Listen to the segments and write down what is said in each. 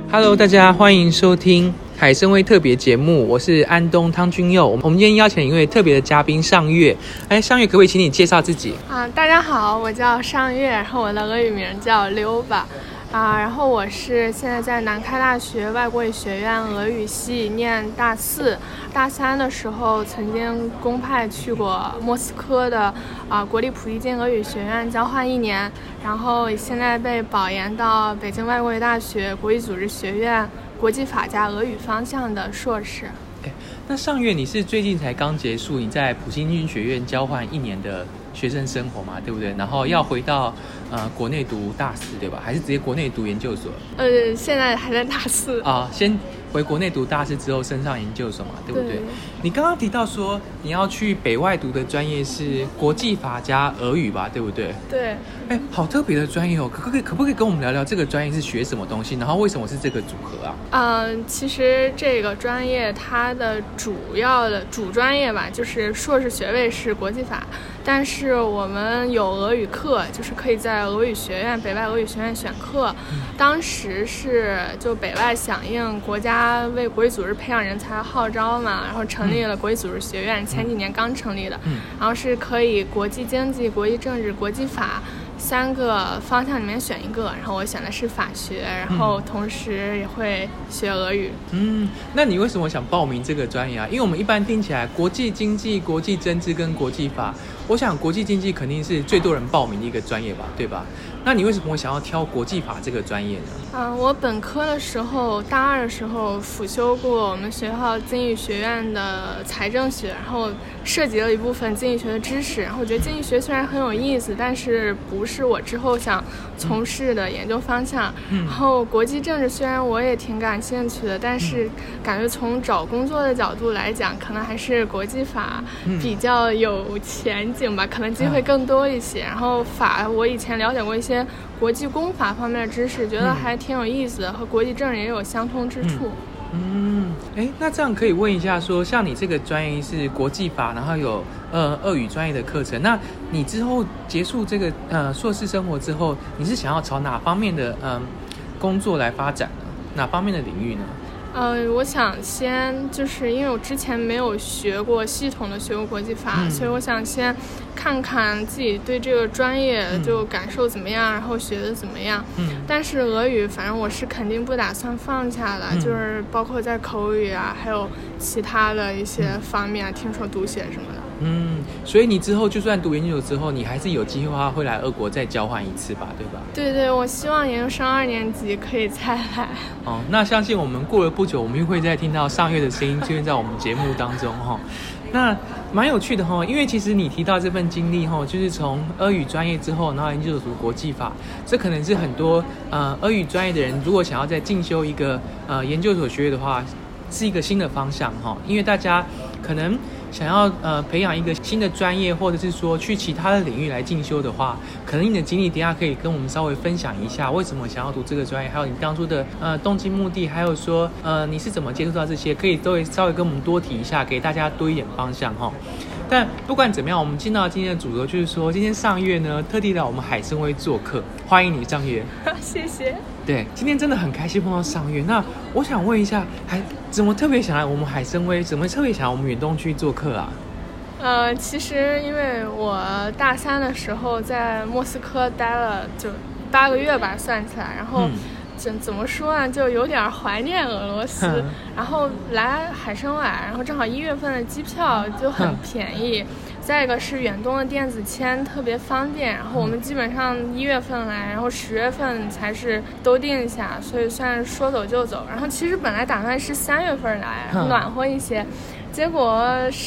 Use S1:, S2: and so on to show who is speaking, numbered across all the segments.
S1: Hello， 大家欢迎收听海参崴特别节目，我是安东汤君佑。我们今天邀请一位特别的嘉宾上月。上月可不可以请你介绍自己？
S2: 大家好，我叫上月，然后我的俄语名叫溜吧。然后我是现在在南开大学外国语学院俄语系念大4，大3的时候曾经公派去过莫斯科的国立普利金俄语学院交换1年，然后现在被保研到北京外国语大学国际组织学院国际法加俄语方向的硕士。
S1: 那上月你是最近才刚结束你在普信军学院交换1年的学生生活嘛，对不对？然后要回到国内读大4，对吧？还是直接国内读研究所？
S2: 现在还在大4
S1: 先回国内读大4之后升上研究所嘛，对不对？你刚刚提到说你要去北外读的专业是国际法加俄语吧，对不对？
S2: 对。
S1: 好特别的专业哦，可不可以跟我们聊聊这个专业是学什么东西，然后为什么是这个组合啊？
S2: 其实这个专业它的主专业吧，就是硕士学位是国际法，但是我们有俄语课，就是可以在俄语学院北外俄语学院选课。当时是就北外响应国家为国际组织培养人才号召嘛，然后成立了国际组织学院，前几年刚成立的。然后是可以国际经济、国际政治、国际法3个方向里面选一个，然后我选的是法学，然后同时也会学俄语。
S1: 那你为什么想报名这个专业啊？因为我们一般听起来国际经济、国际政治跟国际法，我想国际经济肯定是最多人报名的一个专业吧，对吧？那你为什么会想要挑国际法这个专业呢？
S2: 我本科的时候大2的时候辅修过我们学校经济学院的财政学，然后涉及了一部分经济学的知识，然后我觉得经济学虽然很有意思，但是不是我之后想从事的研究方向。然后国际政治虽然我也挺感兴趣的，但是感觉从找工作的角度来讲，可能还是国际法比较有前景吧，可能机会更多一些。然后法我以前了解过一些国际公法方面的知识，觉得还挺有意思的，和国际政治也有相通之处。
S1: 那这样可以问一下说，像你这个专业是国际法，然后有俄语专业的课程，那你之后结束这个硕士生活之后，你是想要朝哪方面的工作来发展呢？哪方面的领域呢？
S2: 我想先就是因为我之前没有系统的学过国际法，所以我想先看看自己对这个专业就感受怎么样，然后学的怎么样。但是俄语反正我是肯定不打算放下的，就是包括在口语啊，还有其他的一些方面，听说读写什么的。
S1: 所以你之后就算读研究所之后，你还是有机会的话会来俄国再交换一次吧，对吧？对，
S2: 我希望研究生2年级可以再来。
S1: 那相信我们过了不久，我们又会再听到上月的声音出现在我们节目当中那蛮有趣的因为其实你提到这份经历就是从俄语专业之后，然后研究所读国际法，这可能是很多俄语专业的人如果想要再进修一个研究所学位的话，是一个新的方向因为大家可能想要培养一个新的专业，或者是说去其他的领域来进修的话，可能你的经历等一下可以跟我们稍微分享一下，为什么想要读这个专业，还有你当初的动机目的，还有说你是怎么接触到这些，可以都会稍微跟我们多提一下，给大家多一点方向但不管怎么样，我们进到今天的主轴，就是说今天上月呢特地来我们海参崴做客，欢迎你上月。
S2: 谢谢。
S1: 对，今天真的很开心碰到上月。那我想问一下，怎么特别想来我们海参崴，怎么特别想来我们远东区做客啊？
S2: 其实因为我大3的时候在莫斯科待了就8个月吧，算起来，然后怎么说呢，就有点怀念俄罗斯。然后来海参崴，然后正好1月份的机票就很便宜，再一个是远东的电子签特别方便，然后我们基本上1月份来，然后10月份才是都定下，所以算是说走就走。然后其实本来打算是3月份来，暖和一些。结果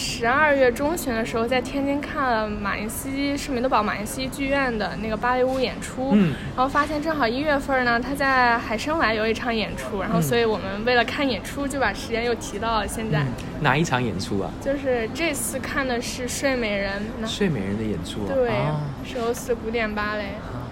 S2: 12月中旬的时候在天津看了圣彼得堡马林斯基剧院的那个芭蕾舞演出，然后发现正好1月份呢他在海参崴有一场演出，然后所以我们为了看演出就把时间又提到了现在。
S1: 哪一场演出啊？
S2: 就是这次看的是睡美人的演出。
S1: 睡美人的演出
S2: 对，是欧斯古典芭蕾。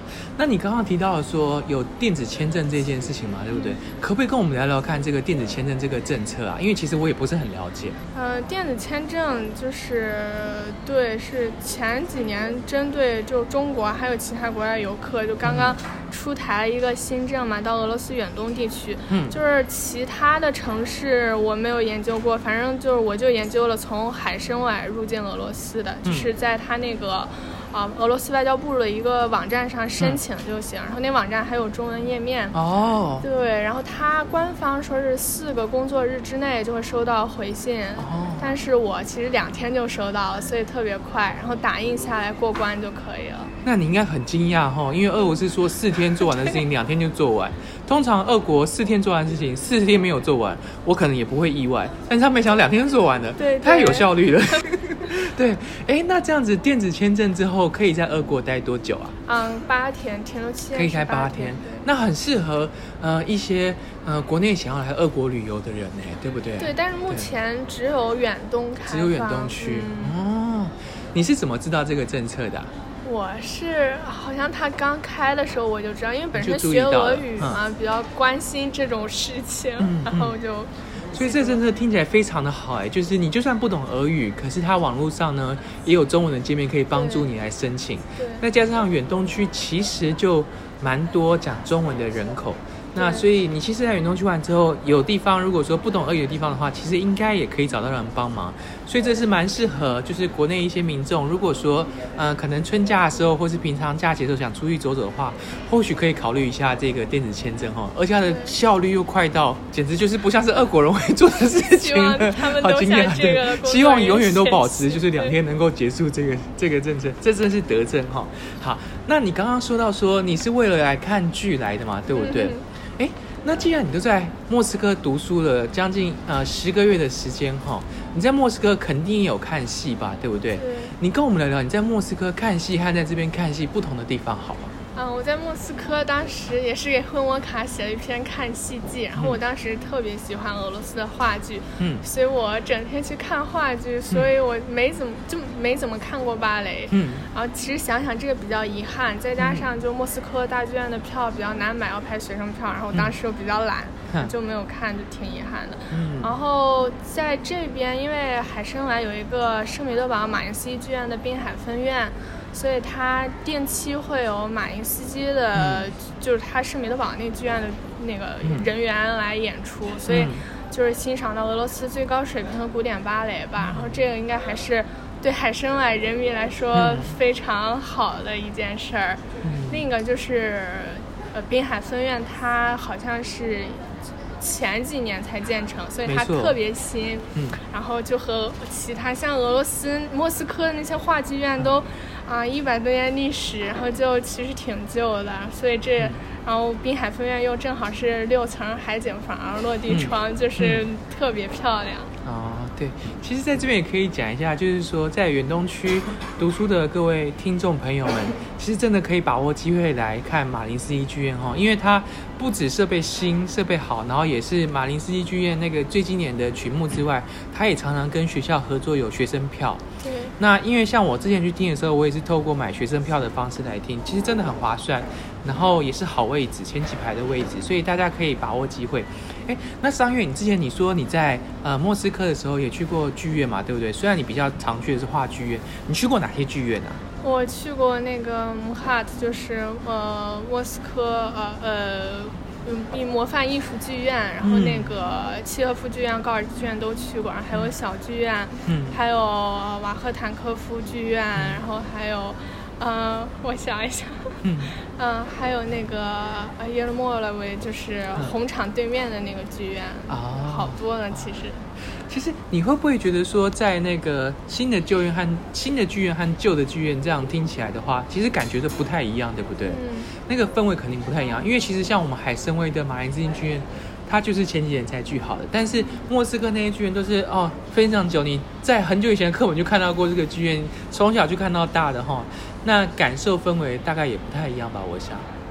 S1: 那你刚刚提到了说有电子签证这件事情嘛，对不对？可不可以跟我们聊聊看这个电子签证这个政策啊？因为其实我也不是很了解。
S2: 电子签证就是是前几年针对就中国还有其他国家游客就刚刚出台了一个新政嘛，到俄罗斯远东地区。就是其他的城市我没有研究过，反正就是我就研究了从海参崴入境俄罗斯的，就是在他那个俄罗斯外交部的一个网站上申请就行，然后那网站还有中文页面。对，然后他官方说是4个工作日之内就会收到回信。但是我其实2天就收到了，所以特别快，然后打印下来过关就可以了。
S1: 那你应该很惊讶哈，因为俄罗斯说4天做完的事情2天就做完，通常俄国4天做完的事情4天没有做完，我可能也不会意外，但是他没想到2天就做完了，
S2: 对，
S1: 太有效率了。对，那这样子电子签证之后可以在俄国待多久啊
S2: ？8天，停留期
S1: 可以待8天，那很适合一些国内想要来俄国旅游的人呢，对不对？
S2: 对，但是目前只有远东开放，
S1: 只有远东区。你是怎么知道这个政策的
S2: 我是好像他刚开的时候我就知道，因为本身学俄语嘛，比较关心这种事情，然后就。
S1: 所以这政策听起来非常的好就是你就算不懂俄语，可是它网络上呢也有中文的界面可以帮助你来申请。那加上远东区其实就蛮多讲中文的人口，那所以你其实在远东区玩之后，有地方如果说不懂俄语的地方的话，其实应该也可以找到人帮忙。所以这是蛮适合就是国内一些民众，如果说可能春假的时候或是平常假期的时候想出去走走的话，或许可以考虑一下这个电子签证而且它的效率又快到简直就是不像是俄国人会做的事情了。好惊讶，对，希望永远都保持就是2天能够结束这个政策，这真是德政好，那你刚刚说到说你是为了来看剧来的嘛，对不对？那既然你都在莫斯科读书了将近10个月的时间你在莫斯科肯定也有看戏吧，对不对？你跟我们聊聊你在莫斯科看戏和在这边看戏不同的地方好吗？
S2: 我在莫斯科当时也是给混沃卡写了一篇看戏记，然后我当时特别喜欢俄罗斯的话剧，所以我整天去看话剧，所以我没怎么看过芭蕾，然后其实想想这个比较遗憾，再加上就莫斯科大剧院的票比较难买，要排学生票，然后我当时又比较懒，就没有看，就挺遗憾的。然后在这边，因为海参崴有一个圣彼得堡马林斯基剧院的滨海分院。所以他定期会有马林斯基的，就是他圣彼得堡那剧院的那个人员来演出，所以就是欣赏到俄罗斯最高水平的古典芭蕾吧。然后这个应该还是对海参崴人民来说非常好的一件事儿。另一个就是滨海分院，它好像是前几年才建成，所以它特别新。然后就和其他像俄罗斯莫斯科的那些话剧院都100多年历史，然后就其实挺旧的，所以然后滨海分院又正好是6层海景房落地窗，就是特别漂亮。
S1: 对，其实在这边也可以讲一下，就是说在远东区读书的各位听众朋友们，其实真的可以把握机会来看马林斯基剧院因为它不止设备新设备好，然后也是马林斯基剧院那个最经典的曲目之外，它也常常跟学校合作有学生票。
S2: 对，
S1: 那因为像我之前去听的时候，我也是透过买学生票的方式来听，其实真的很划算，然后也是好位置，前几排的位置，所以大家可以把握机会。那商月，之前你说你在莫斯科的时候也去过剧院嘛，对不对？虽然你比较常去的是话剧院，你去过哪些剧院啊？
S2: 我去过那个姆哈特，就是莫斯科模范艺术剧院，然后那个契诃夫剧院、高尔基剧院都去过，然后还有小剧院，还有瓦赫坦科夫剧院，然后还有我想一想，还有那个耶勒莫勒维，就是红场对面的那个剧院，好多呢。其实
S1: 你会不会觉得说，在那个新的剧院和旧的剧院这样听起来的话，其实感觉都不太一样，对不对？那个氛围肯定不太一样，因为其实像我们海参崴的马林斯基剧院，它就是前几年才聚好的，但是莫斯科那些剧院都是非常久，你在很久以前的课本就看到过这个剧院，从小就看到大的那感受氛围大概也不太一样吧，我想。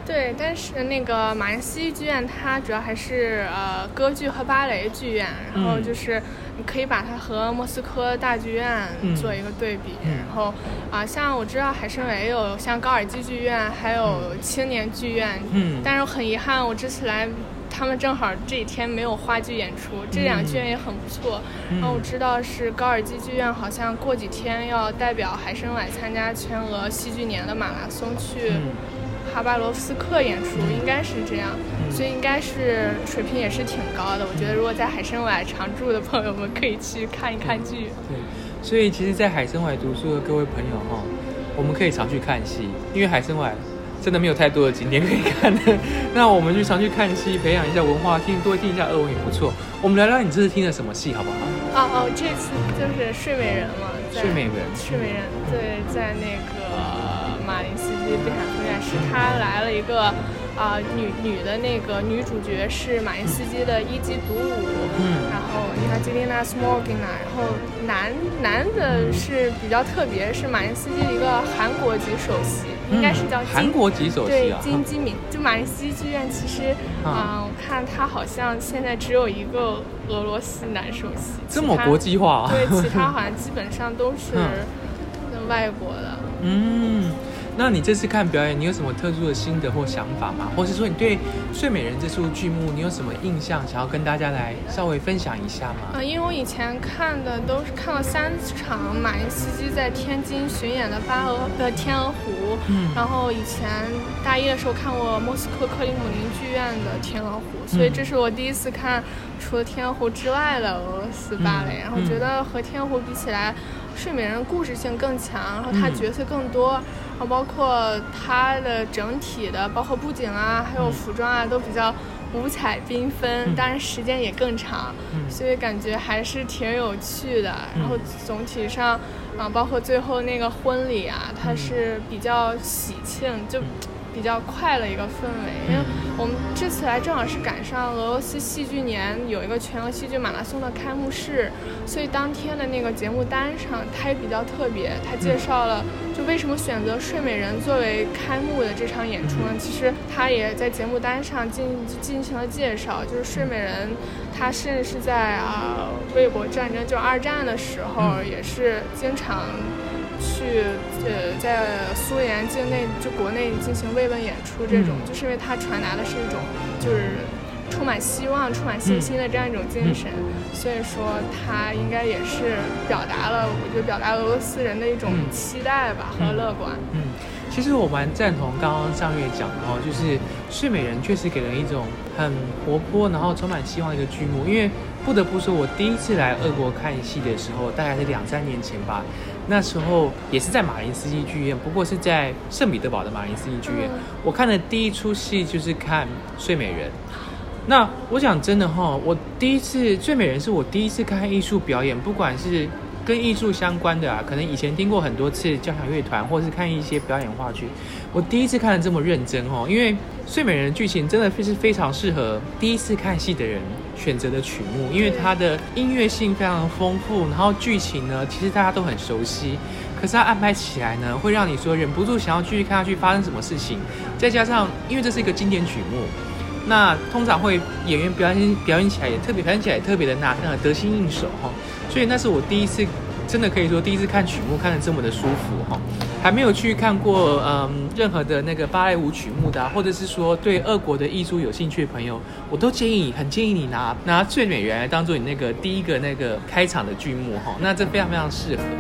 S2: 对，但是那个马林斯基剧院它主要还是歌剧和芭蕾剧院，然后就是你可以把它和莫斯科大剧院做一个对比。然后像我知道海参崴也有像高尔基剧院，还有青年剧院。但是很遗憾，我这次来他们正好这几天没有话剧演出，这两个剧院也很不错。然后我知道是高尔基剧院好像过几天要代表海参崴参加全俄戏剧年的马拉松去哈巴罗夫斯克演出，应该是这样，所以应该是水平也是挺高的。我觉得如果在海参崴常住的朋友们可以去看一看剧。
S1: 对，所以其实在海参崴读书的各位朋友我们可以常去看戏，因为海参崴真的没有太多的景点可以看的。那我们就常去看戏，培养一下文化，多听一下俄文也不错。我们聊聊你这次听的什么戏好不好？
S2: 这次就是睡美人嘛。睡美人，对，在那个马林斯基悲惨封院是他来了一个女的那个女主角是马林斯基的一级独舞，然后Ekaterina Smorgina， 然后男的是比较特别，是马林斯基的一个韩国籍首席，应该是叫
S1: 韩国籍首席
S2: 对，金基敏。就马林斯基剧院其实我看他好像现在只有一个俄罗斯男首席，
S1: 这么国际化
S2: 对，其他好像基本上都是外国的。
S1: 那你这次看表演，你有什么特殊的心得或想法吗？或是说你对《睡美人》这出剧目，你有什么印象想要跟大家来稍微分享一下吗？
S2: 因为我以前看的都是看了3场马林斯基在天津巡演的天鹅湖，然后以前大一的时候看过莫斯科克里姆林剧院的天鹅湖，所以这是我第一次看除了天鹅湖之外的俄罗斯芭蕾，然后觉得和天鹅湖比起来，睡美人故事性更强，然后他角色更多，然后包括他的整体的包括布景还有服装都比较五彩缤纷，当然时间也更长，所以感觉还是挺有趣的。然后总体上包括最后那个婚礼它是比较喜庆，就比较快的一个氛围。因为我们这次来正好是赶上俄罗斯戏剧年有一个全俄戏剧马拉松的开幕式，所以当天的那个节目单上它也比较特别，它介绍了就为什么选择睡美人作为开幕的这场演出呢？其实它也在节目单上进行了介绍，就是睡美人它甚至是在卫国战争就2战的时候也是经常去在苏联境内就国内进行慰问演出，这种就是因为它传达的是一种就是充满希望充满信心的这样一种精神，所以说它应该也是我觉得表达俄罗斯人的一种期待吧和乐观。
S1: 其实我蛮赞同刚刚上月讲的就是睡美人确实给人一种很活泼然后充满希望的一个剧目。因为不得不说我第一次来俄国看戏的时候大概是2-3年前吧，那时候也是在马林斯基剧院，不过是在圣彼得堡的马林斯基剧院，我看的第一出戏就是看睡美人。那我讲真的我睡美人是我第一次看艺术表演，不管是跟艺术相关的可能以前听过很多次交响乐团或是看一些表演话剧，我第一次看得这么认真因为睡美人的剧情真的是非常适合第一次看戏的人选择的曲目，因为它的音乐性非常丰富，然后剧情呢其实大家都很熟悉，可是它安排起来呢会让你说忍不住想要继续看下去发生什么事情，再加上因为这是一个经典曲目，那通常会演员表演起来也特别的得心应手所以那是我第一次真的可以说第一次看曲目看得这么的舒服还没有去看过任何的那个芭蕾舞曲目的或者是说对俄国的艺术有兴趣的朋友，我都很建议你拿睡美人来当做你那个第一个那个开场的剧目那这非常非常适合。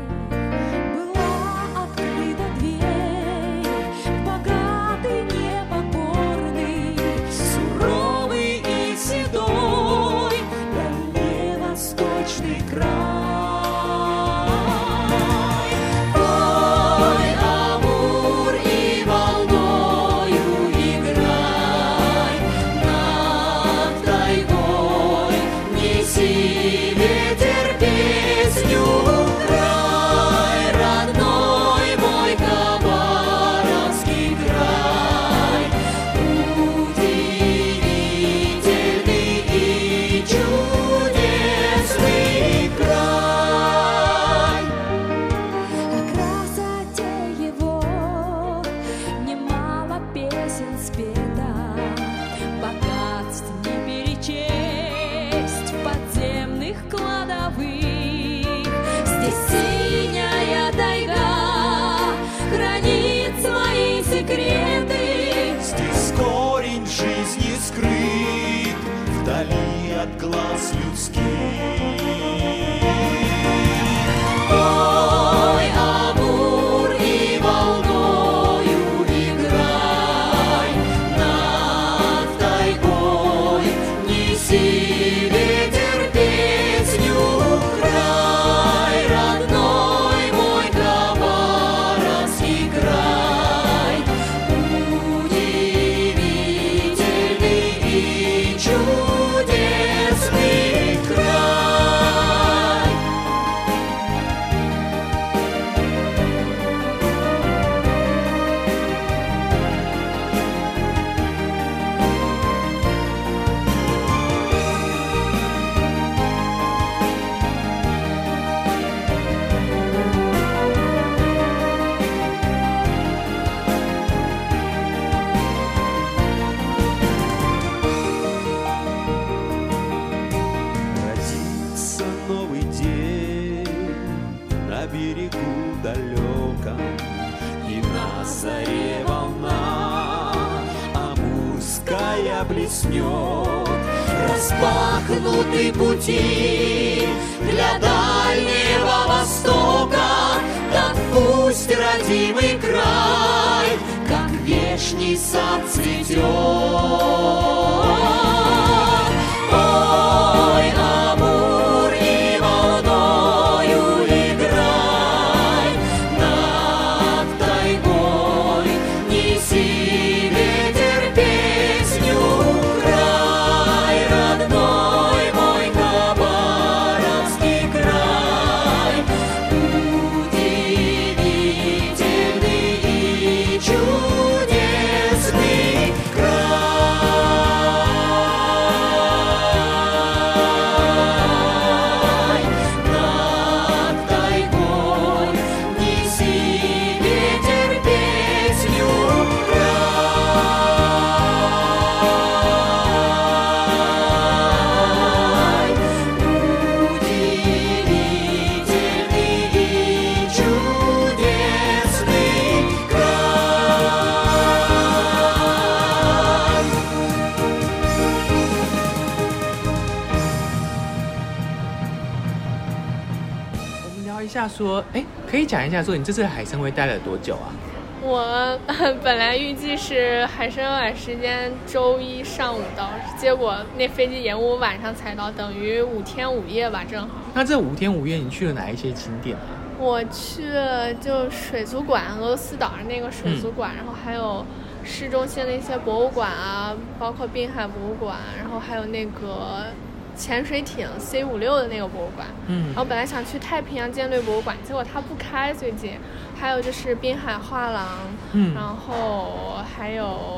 S3: Была открыта дверь в богатый небо плеснет. Распахнуты пути для дальнего востока, так пусть родимый край, как вешний сад цветет. Ой, Амур, волною играй, над тайгой неси ветер песню. Край родной мой, Хабаровский край, удивительный и чудесный край. Над тайгой неси ветер песню. Край удивительный и чудесный край.
S1: 我们聊一下说，可以讲一下说你这次海参崴待了多久啊？
S2: 我本来预计是海参崴时间周一上午到，结果那飞机延误，晚上才到，等于5天5夜吧，正好。
S1: 那这5天5夜你去了哪一些景点啊？
S2: 我去了就水族馆，俄罗斯岛上那个水族馆，然后还有市中心的一些博物馆啊，包括滨海博物馆，然后还有那个潜水艇 C56的那个博物馆。然后本来想去太平洋舰队博物馆，结果它不开最近。还有就是滨海画廊，然后还有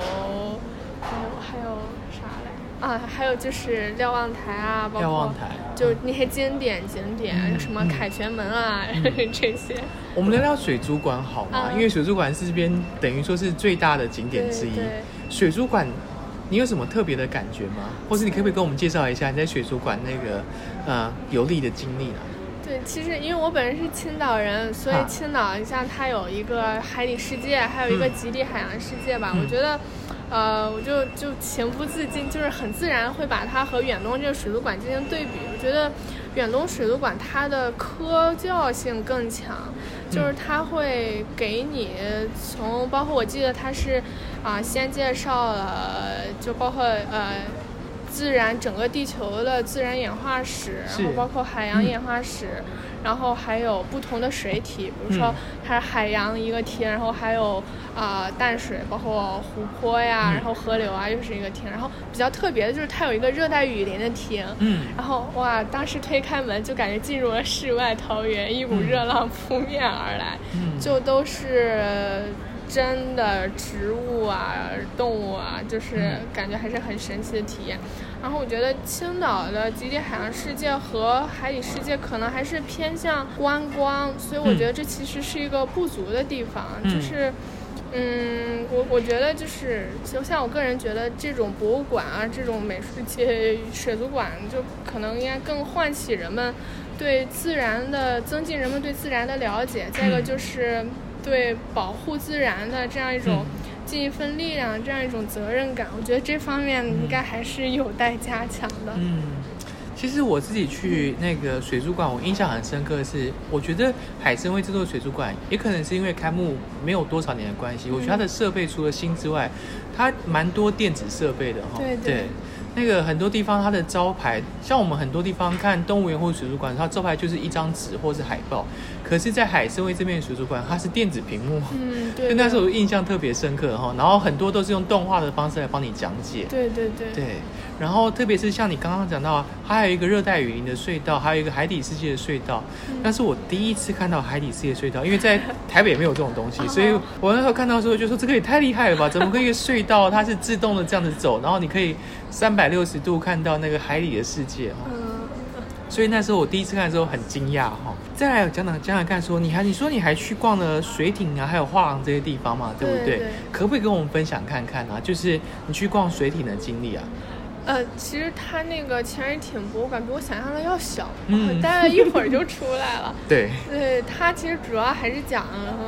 S2: 啥来啊？还有就是瞭望台啊，包括就那些经典景点，什么凯旋门啊，这些。
S1: 我们聊聊水族馆好吗？因为水族馆是这边等于说是最大的景点之一。水族馆你有什么特别的感觉吗？或是你可不可以跟我们介绍一下你在水族馆那个游历的经历呢？
S2: 对，其实因为我本人是青岛人，所以青岛你像它有一个海底世界，还有一个极地海洋世界吧。我觉得，我就情不自禁，就是很自然会把它和远东这个水族馆进行对比。我觉得远东水族馆它的科教性更强，就是它会给你从包括我记得它是先介绍了，就包括自然整个地球的自然演化史，然后包括海洋演化史，然后还有不同的水体，比如说它是海洋一个厅，然后还有淡水，包括湖泊呀，然后河流啊又是一个厅，然后比较特别的就是它有一个热带雨林的厅，然后哇，当时推开门就感觉进入了世外桃源，一股热浪扑面而来，就都是真的植物啊动物啊，就是感觉还是很神奇的体验。然后我觉得青岛的极地海洋世界和海底世界可能还是偏向观光，所以我觉得这其实是一个不足的地方，就是我觉得就是就像我个人觉得这种博物馆啊，这种美术界水族馆就可能应该更唤起人们对自然的增进人们对自然的了解，再一个就是对保护自然的这样一种尽一份力量，这样一种责任感，我觉得这方面应该还是有待加强的。
S1: 其实我自己去那个水族馆，我印象很深刻的是，我觉得海参崴这座水族馆也可能是因为开幕没有多少年的关系，我觉得它的设备除了新之外，它蛮多电子设备的哈。对。那个很多地方它的招牌，像我们很多地方看动物园或者水族馆，它招牌就是一张纸或是海报，可是在海参崴这边的水族馆它是电子屏幕，
S2: 对，
S1: 所以那时候我印象特别深刻哈。然后很多都是用动画的方式来帮你讲解，对，然后特别是像你刚刚讲到，它还有一个热带雨林的隧道，还有一个海底世界的隧道，那是我第一次看到海底世界隧道，因为在台北没有这种东西，所以我那时候看到的时候就说这个也太厉害了吧，怎么可以一个隧道它是自动的这样子走，然后你可以360度看到那个海里的世界，所以那时候我第一次看的时候很惊讶哈。再来讲看说，你说你还去逛了水艇啊，还有画廊这些地方嘛，对不对？可不可以跟我们分享看看啊？就是你去逛水艇的经历啊。
S2: 其实它那个潜水艇博物馆比我想象的要小，待了一会儿就出来了。对，它其实主要还是讲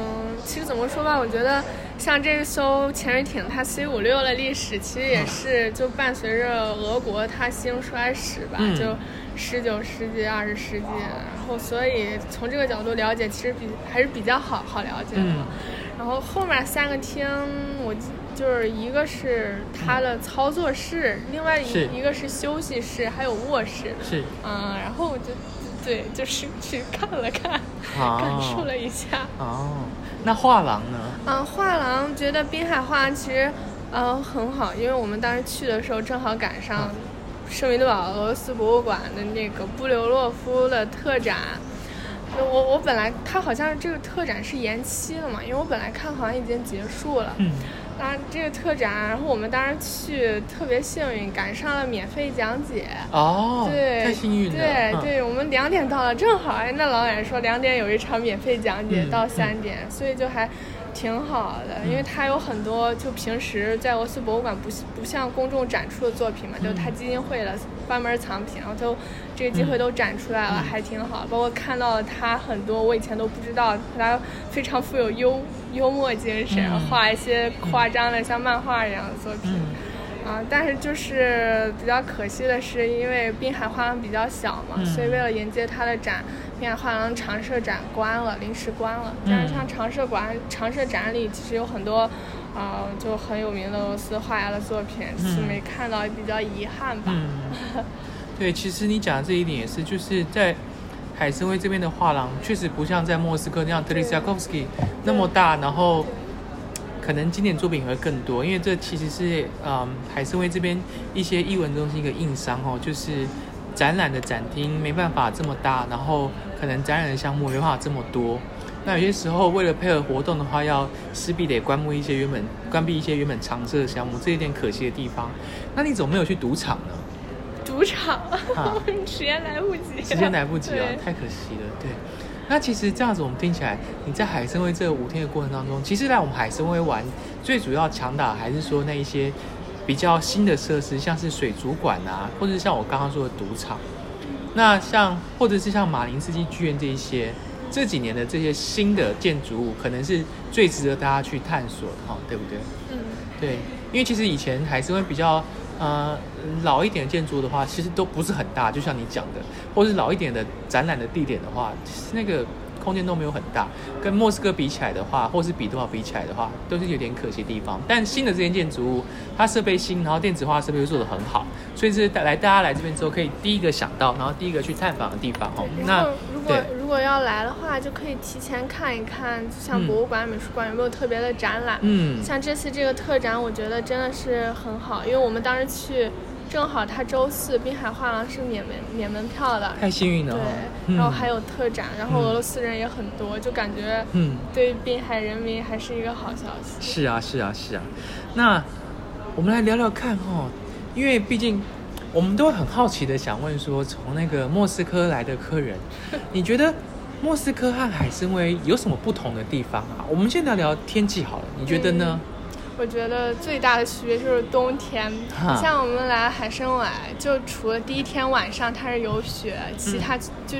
S2: 其实怎么说吧，我觉得像这艘潜水艇，它 C56的历史其实也是就伴随着俄国它兴衰史吧，就19世纪、20世纪，然后所以从这个角度了解，其实还是比较好了解的。然后后面3个厅，我就是一个是它的操作室，另外一个是休息室，还有卧室。
S1: 是。
S2: 然后我就对，就是去看了看，感受了一下。
S1: 那画廊呢？
S2: 画廊觉得滨海画廊其实很好，因为我们当时去的时候正好赶上圣彼得堡俄罗斯博物馆的那个布留洛夫的特展。我本来他好像这个特展是延期了嘛，因为我本来看好像已经结束了。这个特展，然后我们当时去特别幸运，赶上了免费讲解。对，
S1: 太幸运了。
S2: 对，我们2点到了，正好那老远说2点有一场免费讲解到3点，所以就还挺好的，因为它有很多就平时在俄罗斯博物馆不向公众展出的作品嘛，就它基金会的专门藏品，然后都这个机会都展出来了，还挺好。包括看到了它很多我以前都不知道，它非常富有幽默精神，画一些夸张的像漫画一样的作品。但是就是比较可惜的是，因为滨海画廊比较小嘛，所以为了迎接它的展，滨海画廊常设展临时关了。但是像常设展里其实有很多就很有名的俄罗斯画家的作品，是没看到，也比较遗憾吧。
S1: 对，其实你讲的这一点也是，就是在海参崴这边的画廊确实不像在莫斯科那样Tretyakovsky那么大，然后可能经典作品会更多，因为这其实是海参崴这边一些艺文中心一个硬伤就是展览的展厅没办法这么大，然后可能展览的项目没办法这么多。那有些时候为了配合活动的话，势必得关闭一些原本常设的项目，这一点可惜的地方。那你怎么没有去赌场呢？
S2: 赌场，时间来不及了，
S1: 太可惜了。对，那其实这样子我们听起来，你在海参崴这5天的过程当中，其实来我们海参崴玩，最主要强打还是说那一些比较新的设施，像是水族馆或者是像我刚刚说的赌场，那或者是像马林斯基剧院这几年的这些新的建筑物，可能是最值得大家去探索的对不对？对，因为其实以前海参崴比较老一点的建筑的话，其实都不是很大，就像你讲的，或是老一点的展览的地点的话，其实那个空间都没有很大，跟莫斯科比起来的话，或是彼得堡比起来的话，都是有点可惜的地方。但新的这间建筑物，它设备新，然后电子化设备又做得很好，所以是大家来这边之后可以第一个想到，然后第一个去探访的地方那
S2: 如果要来的话，就可以提前看一看，像博物馆、美术馆有没有特别的展览。像这次这个特展，我觉得真的是很好，因为我们当时去。正好他周4滨海画廊是免门票的，
S1: 太幸运了。
S2: 对，然后还有特展，然后俄罗斯人也很多，就感觉对滨海人民还是一个好消息。
S1: 是啊。那我们来聊聊看因为毕竟我们都会很好奇的想问说，从那个莫斯科来的客人，你觉得莫斯科和海参崴有什么不同的地方我们先聊聊天气好了，你觉得呢？
S2: 我觉得最大的区别就是冬天，像我们来海参崴，就除了第一天晚上它是有雪，其他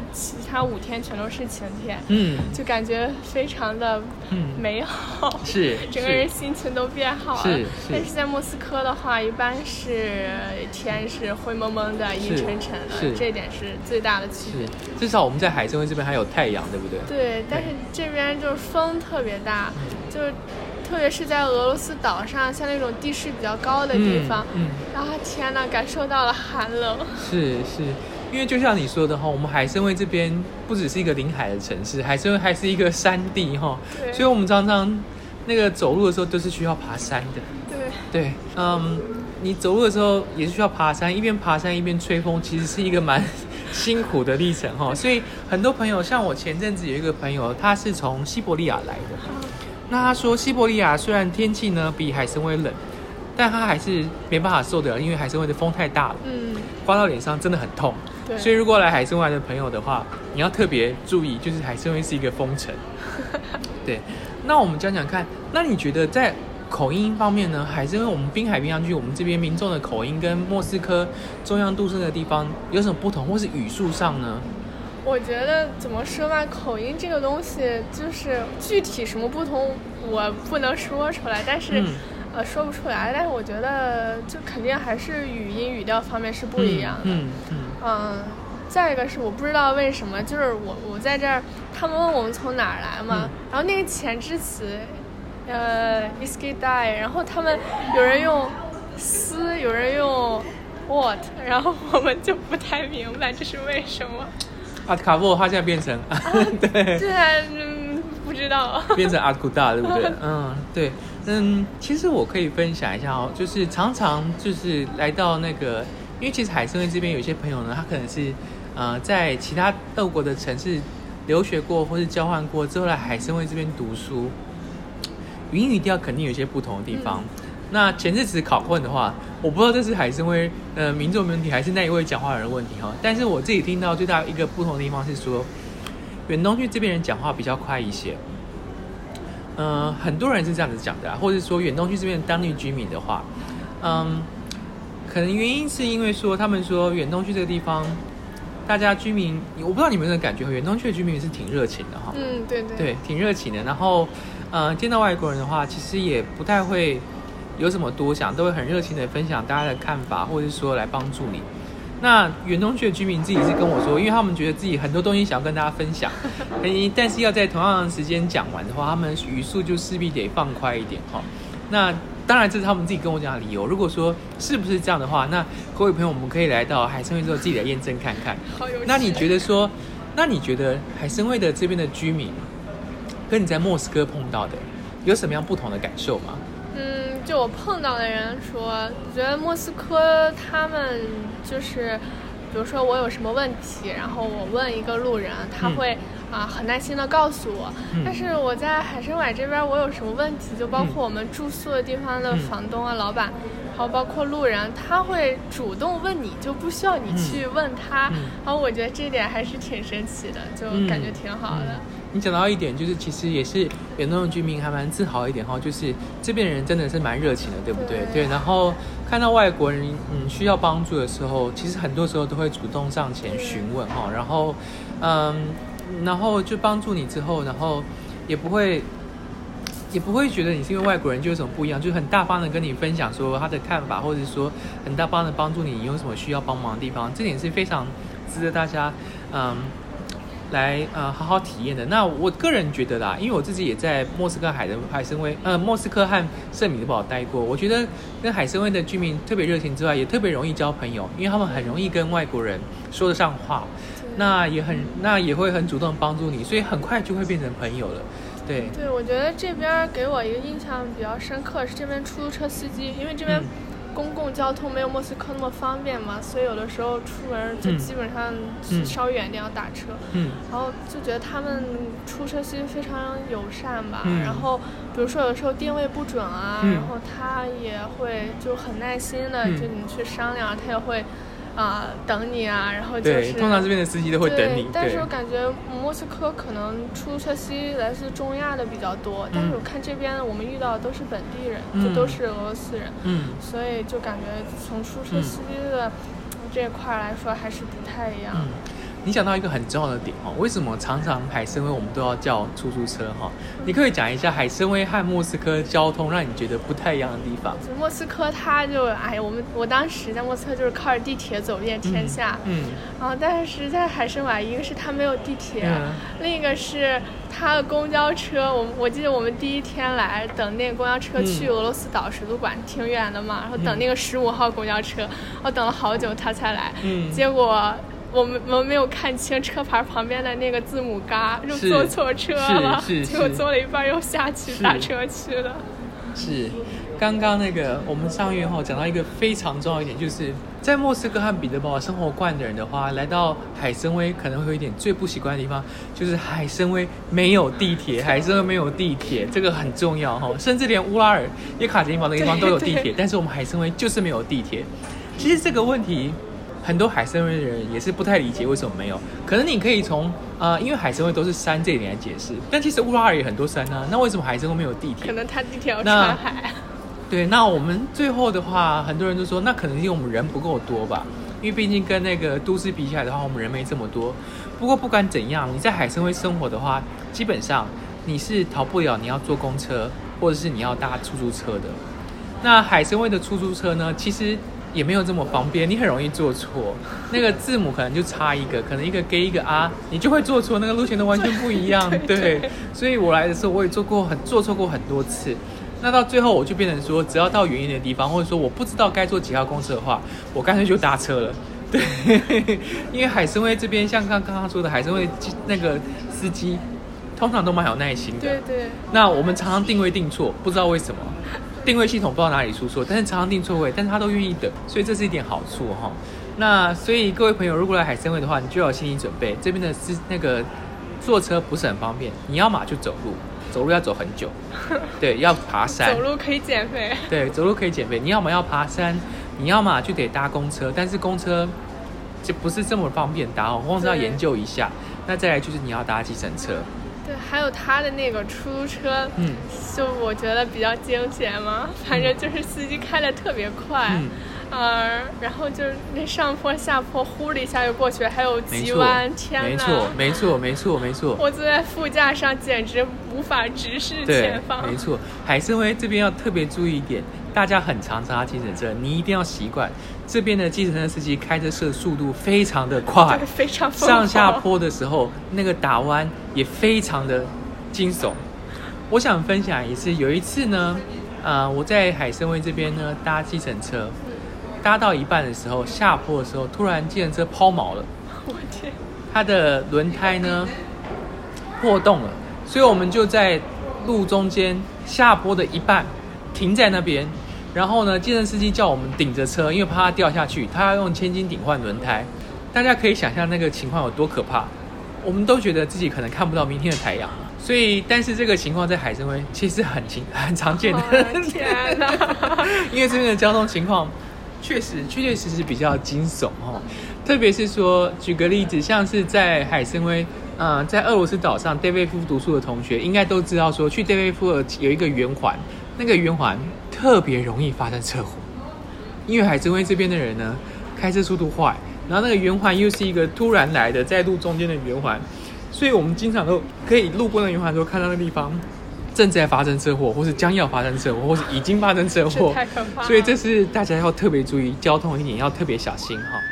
S2: 5天全都是晴天，就感觉非常的美好，整个人心情都变好了。但是在莫斯科的话，一般是天是灰蒙蒙的、阴沉沉的，这点是最大的区别。
S1: 至少我们在海参崴这边还有太阳，对不对？
S2: 对，但是这边就是风特别大，就是特别是在俄罗斯岛上，像那种地势比较高的地方，然后天哪，感受到了寒冷。
S1: 是，因为就像你说的我们海参崴这边不只是一个临海的城市，海参崴还是一个山地所以我们常常那个走路的时候都是需要爬山的。对，你走路的时候也是需要爬山，一边爬山一边吹风，其实是一个蛮辛苦的历程所以很多朋友，像我前阵子有一个朋友，他是从西伯利亚来的。那他说西伯利亚虽然天气呢比海参崴冷，但他还是没办法受得了，因为海参崴的风太大了，刮到脸上真的很痛。所以如果来海参崴的朋友的话，你要特别注意，就是海参崴是一个风城。对，那我们讲讲看，那你觉得在口音方面呢，海参崴我们滨海滨江区我们这边民众的口音跟莫斯科中央都市的地方有什么不同，或是语速上呢？
S2: 我觉得怎么说吧，口音这个东西就是具体什么不同，我不能说出来，但是、说不出来。但是我觉得就肯定还是语音语调方面是不一样的。再一个是我不知道为什么，就是我在这儿，他们问我们从哪儿来嘛，然后那个前置词，iski die， 然后他们有人用丝，有人用 what， 然后我们就不太明白这是为什么。
S1: 阿卡沃它现在变成对
S2: 对啊，不知道
S1: 变成阿库达，对不对？对，其实我可以分享一下哦，就是常常就是来到那个，因为其实海参崴这边有些朋友呢，他可能是在其他俄国的城市留学过或是交换过之后来海参崴这边读书，语音语调肯定有一些不同的地方。那前置词拷问的话，我不知道这是海参崴民众问题还是那一位讲话人的问题哈。但是我自己听到最大一个不同的地方是说，远东区这边人讲话比较快一些。很多人是这样子讲的或者说远东区这边的当地居民的话，可能原因是因为说他们说远东区这个地方，大家居民，我不知道你们有没有感觉，远东区的居民是挺热情的哈。对，挺热情的。然后见到外国人的话，其实也不太会有什么多想，都会很热情的分享大家的看法，或者是说来帮助你。那远东区的居民自己是跟我说，因为他们觉得自己很多东西想要跟大家分享，但是要在同样的时间讲完的话，他们语速就势必得放快一点哈。那当然这是他们自己跟我讲的理由。如果说是不是这样的话，那各位朋友，我们可以来到海参崴之后自己来验证看看。那你觉得海参崴的这边的居民，跟你在莫斯科碰到的有什么样不同的感受吗？
S2: 就我碰到的人说，我觉得莫斯科他们就是，比如说我有什么问题，然后我问一个路人，他会很耐心的告诉我。但是我在海参崴这边，我有什么问题，就包括我们住宿的地方的房东啊、老板，还有包括路人，他会主动问你，就不需要你去问他。然后我觉得这点还是挺神奇的，就感觉挺好的。
S1: 你讲到一点，就是其实也是远东的居民还蛮自豪一点哈，就是这边人真的是蛮热情的，对不对？对，然后看到外国人需要帮助的时候，其实很多时候都会主动上前询问哈，然后就帮助你之后，然后也不会觉得你是因为外国人就有什么不一样，就很大方的跟你分享说他的看法，或者说很大方的帮助你有什么需要帮忙的地方，这点是非常值得大家来好好体验的。那我个人觉得啦，因为我自己也在莫斯科海参崴莫斯科和圣彼得堡待过，我觉得跟海参崴的居民特别热情之外，也特别容易交朋友，因为他们很容易跟外国人说得上话，那也会很主动帮助你，所以很快就会变成朋友了。对，
S2: 我觉得这边给我一个印象比较深刻是这边出租车司机，因为这边公共交通没有莫斯科那么方便嘛，所以有的时候出门就基本上稍远一点要打车。然后就觉得他们出租车司机非常友善吧。然后比如说有的时候定位不准啊，然后他也会就很耐心的就你去商量，他也会等你啊，然后就是
S1: 对，通常这边的司机都会等你。
S2: 但是我感觉莫斯科可能出租车司机来自中亚的比较多，但是我看这边我们遇到的都是本地人，就都是俄罗斯人，所以就感觉从出租车司机的这一块来说还是不太一样。
S1: 你讲到一个很重要的点为什么常常海参崴我们都要叫出租车你可以讲一下海参崴和莫斯科交通让你觉得不太一样的地方。
S2: 莫斯科它就我当时在莫斯科就是靠着地铁走遍天下，然后但是在海参崴，一个是它没有地铁，另一个是它的公交车，我记得我们第一天来等那个公交车去俄罗斯岛水族馆挺远的嘛，然后等那个15号公交车，我等了好久它才来，结果我们没有看清车牌旁边的那个字母嘎，就坐错车了，结果坐了一半又下去打车去了。
S1: 是，刚刚那个我们上月讲到一个非常重要一点，就是在莫斯科和彼得堡生活惯的人的话，来到海参崴可能会有一点最不习惯的地方，就是海参崴没有地铁，海参崴没有地铁，这个很重要甚至连乌拉尔、耶卡捷琳堡的地方都有地铁，但是我们海参崴就是没有地铁。其实这个问题很多海参崴的人也是不太理解为什么没有，可能你可以从因为海参崴都是山这一点来解释，但其实乌拉尔也很多山啊，那为什么海参崴没有地铁？
S2: 可能它地铁要穿海。
S1: 对，那我们最后的话，很多人都说那可能是因为我们人不够多吧，因为毕竟跟那个都市比起来的话，我们人没这么多。不不过不管怎样，你在海参崴生活的话，基本上你是逃不了你要坐公车，或者是你要搭出租车的。那海参崴的出租车呢，其实也没有这么方便，你很容易坐错。那个字母可能就差一个，可能一个 G 一个 R， 你就会坐错，那个路线都完全不一样。对，所以我来的时候我也坐错过很多次。那到最后我就变成说，只要到远一点的地方，或者说我不知道该坐几号公车的话，我干脆就搭车了。对，因为海参崴这边像刚刚说的，海参崴那个司机通常都蛮有耐心的。
S2: 对对。
S1: 那我们常常定位定错，不知道为什么。定位系统不知道哪里出错，但是常常定错位，但是他都愿意等，所以这是一点好处哈。那所以各位朋友，如果来海参崴的话，你就要有心理准备，这边的那个坐车不是很方便，你要嘛就走路，走路要走很久，对，要爬山。
S2: 走路可以减肥。
S1: 对，走路可以减肥。你要么要爬山，你要么就得搭公车，但是公车就不是这么方便搭哦，公车要研究一下。那再来就是你要搭计程车。
S2: 对，还有他的那个出租车，就我觉得比较惊险嘛，反正就是司机开得特别快，然后就是那上坡下坡呼的一下就过去，还有急弯，天哪！
S1: 没错。
S2: 我坐在副驾上简直无法直视前方。
S1: 对，没错。海参崴这边要特别注意一点，大家很常搭计程车，你一定要习惯这边的计程车司机开车速度非常的快，
S2: 对，非常疯狂。
S1: 上下坡的时候那个打弯也非常的惊悚。我想分享一次，有一次呢，我在海参崴这边呢搭计程车，搭到一半的时候，下坡的时候，突然计程车抛锚了，
S2: 我天！
S1: 它的轮胎呢破洞了，所以我们就在路中间下坡的一半停在那边。然后呢，计程司机叫我们顶着车，因为怕它掉下去，他要用千斤顶换轮胎。大家可以想象那个情况有多可怕。我们都觉得自己可能看不到明天的太阳，所以但是这个情况在海参崴其实很常见的。
S2: 天哪！
S1: 因为这边的交通情况确实比较惊悚哦。特别是说，举个例子，像是在海参崴，在俄罗斯岛上戴维夫读书的同学应该都知道说，去戴维夫有一个圆环，那个圆环特别容易发生车祸，因为海参崴这边的人呢开车速度快，然后那个圆环又是一个突然来的在路中间的圆环，所以我们经常都可以路过那个圆环的时候看到那个地方正在发生车祸，或是将要发生车祸，或是已经发生车祸，
S2: 太可怕了。
S1: 所以这是大家要特别注意交通一点，要特别小心哈。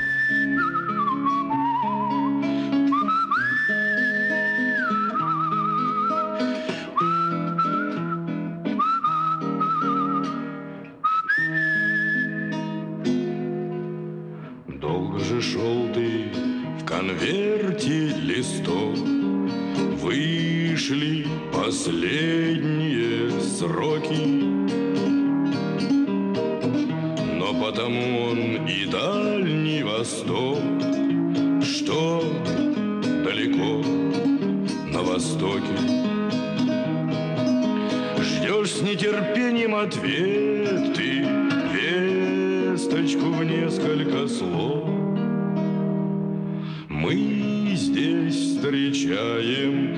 S4: Долго же шел ты в конверте листов, вышли последние сроки, но потому он и Дальний Восток, что далеко на востоке. Ждешь с нетерпением ответ ты, весточку в несколько слов. Мы здесь встречаем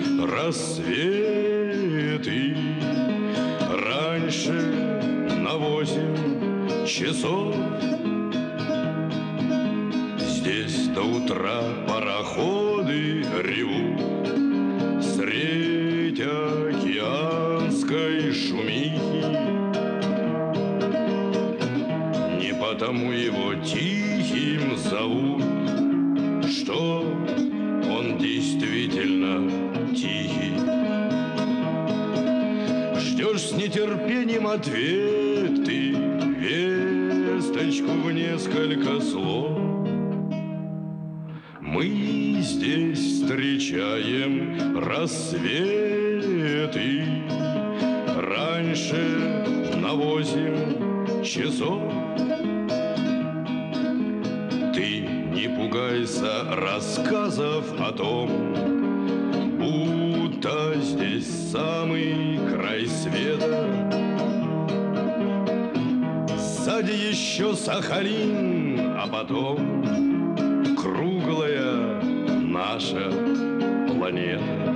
S4: рассветы раньше на 8 часов. Здесь до утра пароходы ревут средь океанской шумихи. Не потому его тихим зовут, что он действительно тихий. Ждешь с нетерпением ответ ты, весточку в несколько слов. Мы здесь встречаем рассветы раньше на 8 часов. Не пугайся рассказов о том, будто здесь самый край света. Сзади еще Сахалин, а потом круглая наша планета.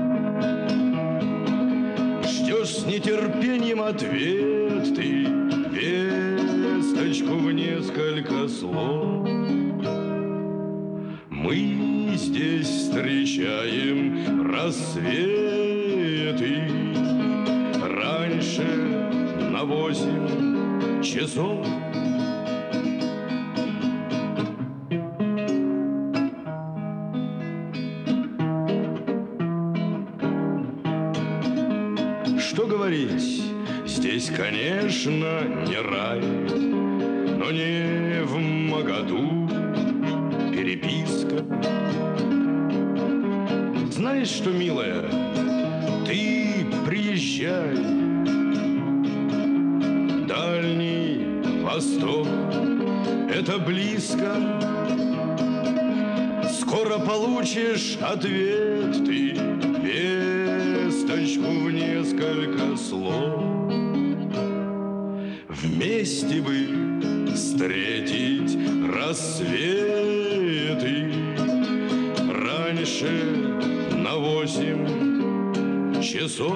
S4: Ждешь с нетерпением ответ ты, весточку в несколько слов. Мы здесь встречаем рассветы раньше на 8 часов. Что говорить, здесь, конечно, не рай, но не в моготу переписка. Знаешь что, милая, ты приезжай. Дальний Восток — это близко. Скоро получишь ответ ты, весточку в несколько слов. Вместе бы встретить рассветы раньше на 8 часов.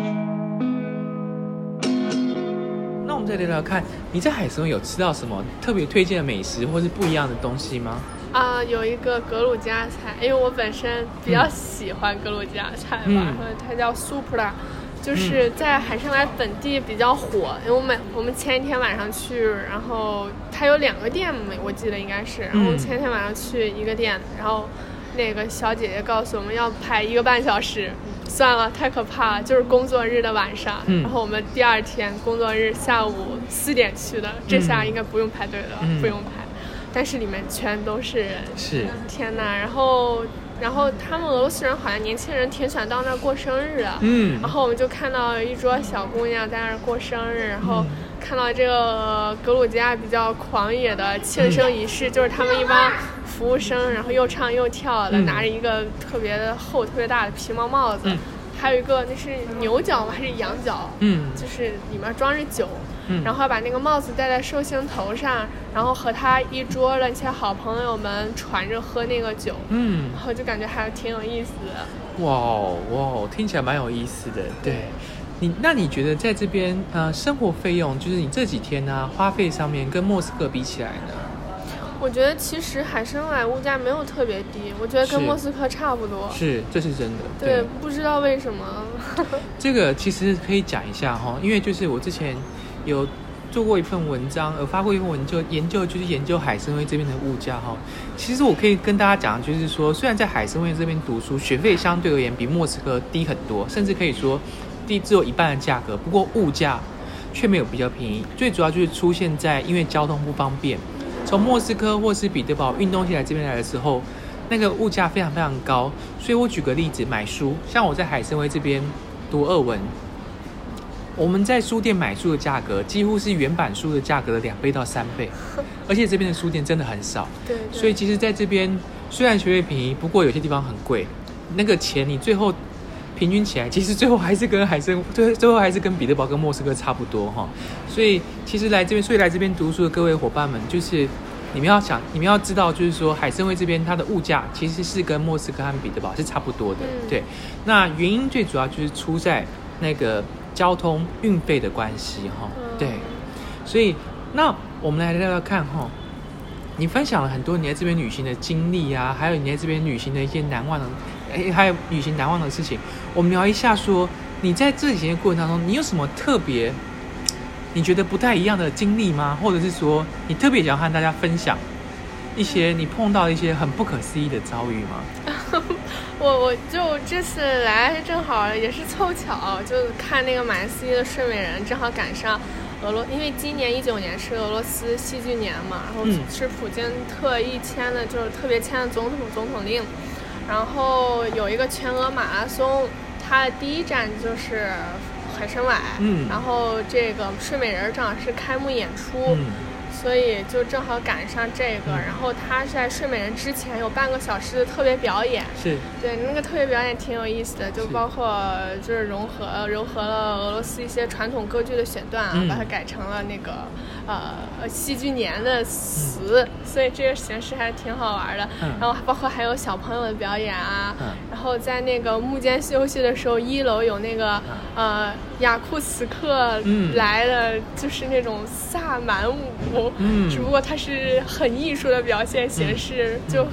S1: 那我们再聊聊看，你在海参崴有吃到什么特别推荐的美食，或是不一样的东西吗？
S2: 有一个格鲁吉亚菜，因为我本身比较喜欢格鲁吉亚菜吧，然后它叫苏普拉，就是在海参崴本地比较火。因为我们前一天晚上去，然后它有2个店，我记得应该是，然后我们前一天晚上去一个店，然后那个小姐姐告诉我们要排1个半小时，算了，太可怕了，就是工作日的晚上，然后我们第2天工作日下午4点去的，这下应该不用排队了，不用排。但是里面全都是人，
S1: 是
S2: 天哪！然后他们俄罗斯人好像年轻人挺喜欢到那儿过生日的，然后我们就看到一桌小姑娘在那儿过生日，然后看到这个格鲁吉亚比较狂野的庆生仪式，就是他们一帮服务生，然后又唱又跳的，拿着一个特别厚、特别大的皮毛帽子，还有一个那是牛角吗？还是羊角？就是里面装着酒。然后把那个帽子戴在寿星头上，然后和他一桌的那些好朋友们传着喝那个酒，然后就感觉还挺有意思的。
S1: 哇，听起来蛮有意思的。对，那你觉得在这边生活费用，就是你这几天呢花费上面跟莫斯科比起来呢？
S2: 我觉得其实海参崴物价没有特别低，我觉得跟莫斯科差不多。
S1: 是，这是真的。
S2: 对，不知道为什么。
S1: 这个其实可以讲一下哈，因为就是我之前有做过一份文章，发过一份研究海参崴这边的物价哈。其实我可以跟大家讲，就是说，虽然在海参崴这边读书，学费相对而言比莫斯科低很多，甚至可以说只有1半的价格，不过物价却没有比较便宜。最主要就是出现在因为交通不方便，从莫斯科或是彼得堡运东西来这边来的时候，那个物价非常非常高。所以我举个例子，买书，像我在海参崴这边读俄文。我们在书店买书的价格几乎是原版书的价格的2倍到3倍，而且这边的书店真的很少。
S2: 对，
S1: 所以其实在这边虽然学费便宜，不过有些地方很贵，那个钱你最后平均起来，其实最后还是跟彼得堡跟莫斯科差不多哈。所以其实来这边读书的各位伙伴们，就是你们要知道，就是说海参崴这边它的物价其实是跟莫斯科和彼得堡是差不多的。对，那原因最主要就是出在那个交通运费的关系哈。对，所以那我们来聊聊看哈。你分享了很多你在这边旅行的经历啊，还有你在这边旅行的一些还有旅行难忘的事情。我们聊一下说，你在这几天的过程当中，你有什么特别你觉得不太一样的经历吗？或者是说你特别想和大家分享一些你碰到一些很不可思议的遭遇吗？
S2: 我就这次来正好也是凑巧，就看那个马来西亚的睡美人，正好赶上因为今年19年是俄罗斯戏剧年嘛，然后是普京特意签的，就是特别签的总统令，然后有一个全俄马拉松，它的第一站就是海参崴，然后这个睡美人正好是开幕演出。所以就正好赶上这个，然后他在睡美人之前有半个小时的特别表演，
S1: 是
S2: 对那个特别表演挺有意思的，就包括就是融合了俄罗斯一些传统歌剧的选段啊，把它改成了那个戏剧年的词，所以这个形式还挺好玩的。然后包括还有小朋友的表演啊，然后在那个幕间休息的时候，1楼有那个雅库茨克来的，就是那种萨满舞。只不过它是很艺术的表现形式，就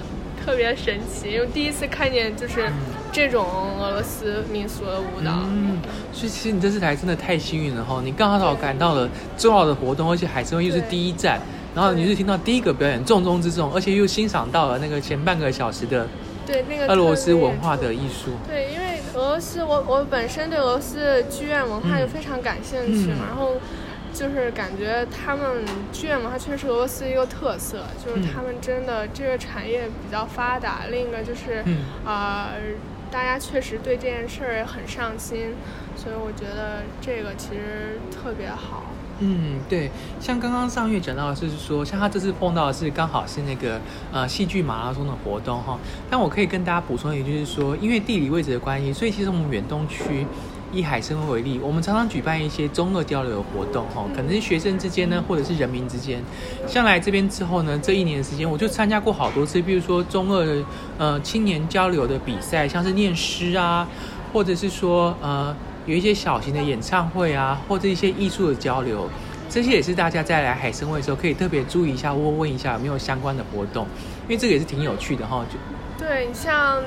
S2: 特别神奇，因为第一次看见就是这种俄罗斯民俗的舞蹈。
S1: 所以其实你这次来真的太幸运了哈，你刚好赶到了重要的活动，而且海参崴又是第一站，然后你是听到第一个表演，重中之重，而且又欣赏到了那个前半个小时的
S2: 对那个
S1: 俄罗斯文化的艺术。
S2: 对，因为俄罗斯我本身对俄罗斯剧院文化就非常感兴趣嘛，然后就是感觉他们剧院文化确实是俄罗斯一个特色，就是他们真的这个产业比较发达。另一个就是大家确实对这件事儿很上心，所以我觉得这个其实特别好。
S1: 对，像刚刚上月讲到的是说，像他这次碰到的是刚好是那个戏剧马拉松的活动哈。但我可以跟大家补充一点，就是说，因为地理位置的关系，所以其实我们远东区以海参崴为例，我们常常举办一些中俄交流的活动哈，可能是学生之间呢，或者是人民之间。像来这边之后呢，这1年的时间，我就参加过好多次，比如说中俄青年交流的比赛，像是念诗啊，或者是说有一些小型的演唱会啊，或者一些艺术的交流，这些也是大家在来海参崴的时候可以特别注意一下，问一下有没有相关的活动，因为这个也是挺有趣的哈。
S2: 对，你像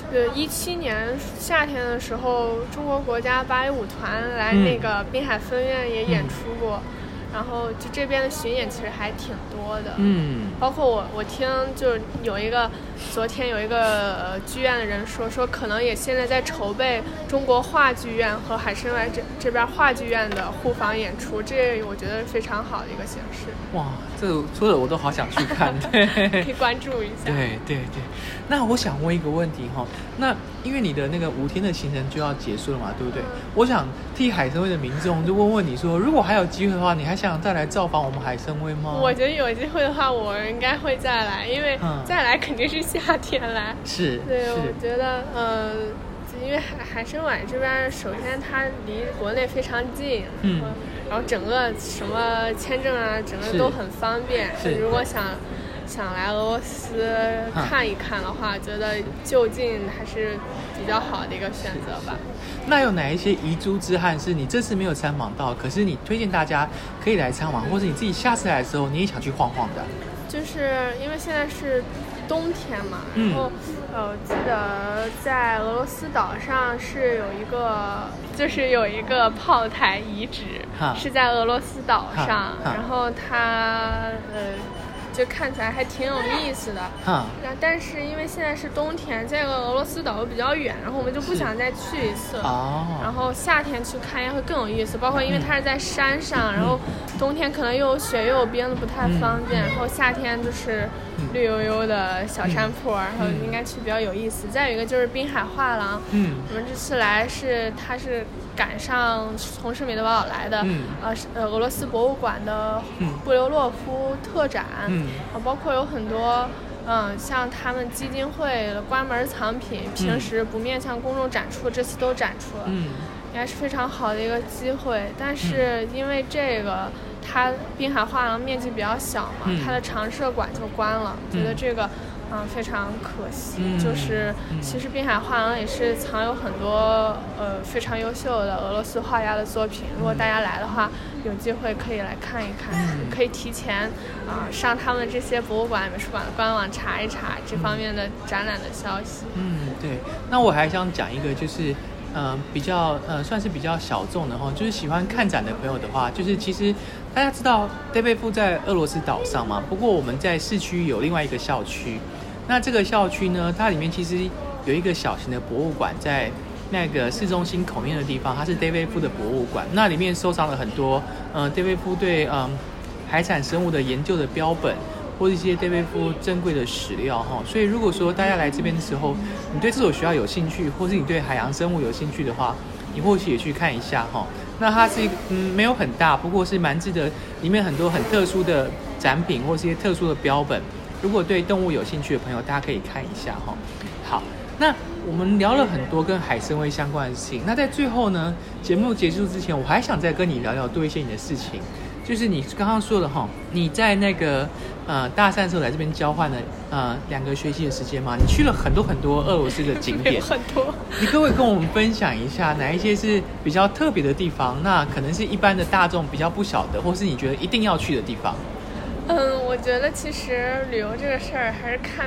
S2: 17年夏天的时候，中国国家芭蕾舞团来那个滨海分院也演出过。然后就这边的巡演其实还挺多的，包括我听就昨天有一个剧院的人说可能也现在在筹备中国话剧院和海参崴这边话剧院的互访演出，这我觉得是非常好的一个形式。
S1: 哇，这个说的我都好想去看，对，
S2: 可以关注一下。
S1: 对。那我想问一个问题哈，那因为你的那个5天的行程就要结束了嘛，对不对？我想替海参崴的民众就问你说，如果还有机会的话，你还想再来造访我们海参崴吗？
S2: 我觉得有机会的话，我应该会再来，因为再来肯定是夏天来。
S1: 是，
S2: 对，我觉得因为海参崴这边首先它离国内非常近，然后整个什么签证啊，整个都很方便。如果想来俄罗斯看一看的话，觉得就近还是比较好的一个选择吧。
S1: 那有哪一些遗珠之憾是你这次没有参访到，可是你推荐大家可以来参访，或者你自己下次来的时候你也想去晃晃的？
S2: 就是因为现在是冬天嘛，然后我记得在俄罗斯岛上是有一个炮台遗址，是在俄罗斯岛上，然后它就看起来还挺有意思的。但是因为现在是冬天，这个俄罗斯岛又比较远，然后我们就不想再去一次。然后夏天去看应该会更有意思，包括因为它是在山上，然后冬天可能又有雪又有冰的不太方便，然后夏天就是绿油油的小山坡，然后应该去比较有意思。再有一个就是滨海画廊，我们这次来它是赶上从圣彼得堡来的，俄罗斯博物馆的布留洛夫特展，包括有很多像他们基金会的关门藏品，平时不面向公众展出，这次都展出了，应该是非常好的一个机会。但是因为这个它滨海画廊面积比较小嘛，它的常设馆就关了，觉得这个非常可惜。就是其实滨海画廊也是藏有很多非常优秀的俄罗斯画家的作品，如果大家来的话有机会可以来看一看，可以提前上他们这些博物馆美术馆的官网查一查这方面的展览的消息。
S1: 对，那我还想讲一个就是比较算是比较小众的哈，就是喜欢看展的朋友的话，就是其实大家知道戴贝夫在俄罗斯岛上嘛，不过我们在市区有另外一个校区，那这个校区呢，它里面其实有一个小型的博物馆，在那个市中心口面的地方，它是戴贝夫的博物馆，那里面收藏了很多戴贝夫对海产生物的研究的标本，或者一些戴贝夫珍贵的史料哈，所以如果说大家来这边的时候，你对这所学校有兴趣，或是你对海洋生物有兴趣的话，你或许也去看一下哈。那它是一个没有很大，不过是蛮值得，里面很多很特殊的展品或是一些特殊的标本，如果对动物有兴趣的朋友，大家可以看一下哈。好，那我们聊了很多跟海参崴相关的事情，那在最后呢，节目结束之前，我还想再跟你聊聊多一些你的事情。就是你刚刚说的哈，你在那个大三的时候来这边交换了2个学期的时间嘛，你去了很多俄罗斯的景点，
S2: 很多。
S1: 你可不可以跟我们分享一下哪一些是比较特别的地方？那可能是一般的大众比较不晓得，或是你觉得一定要去的地方？
S2: 我觉得其实旅游这个事儿还是看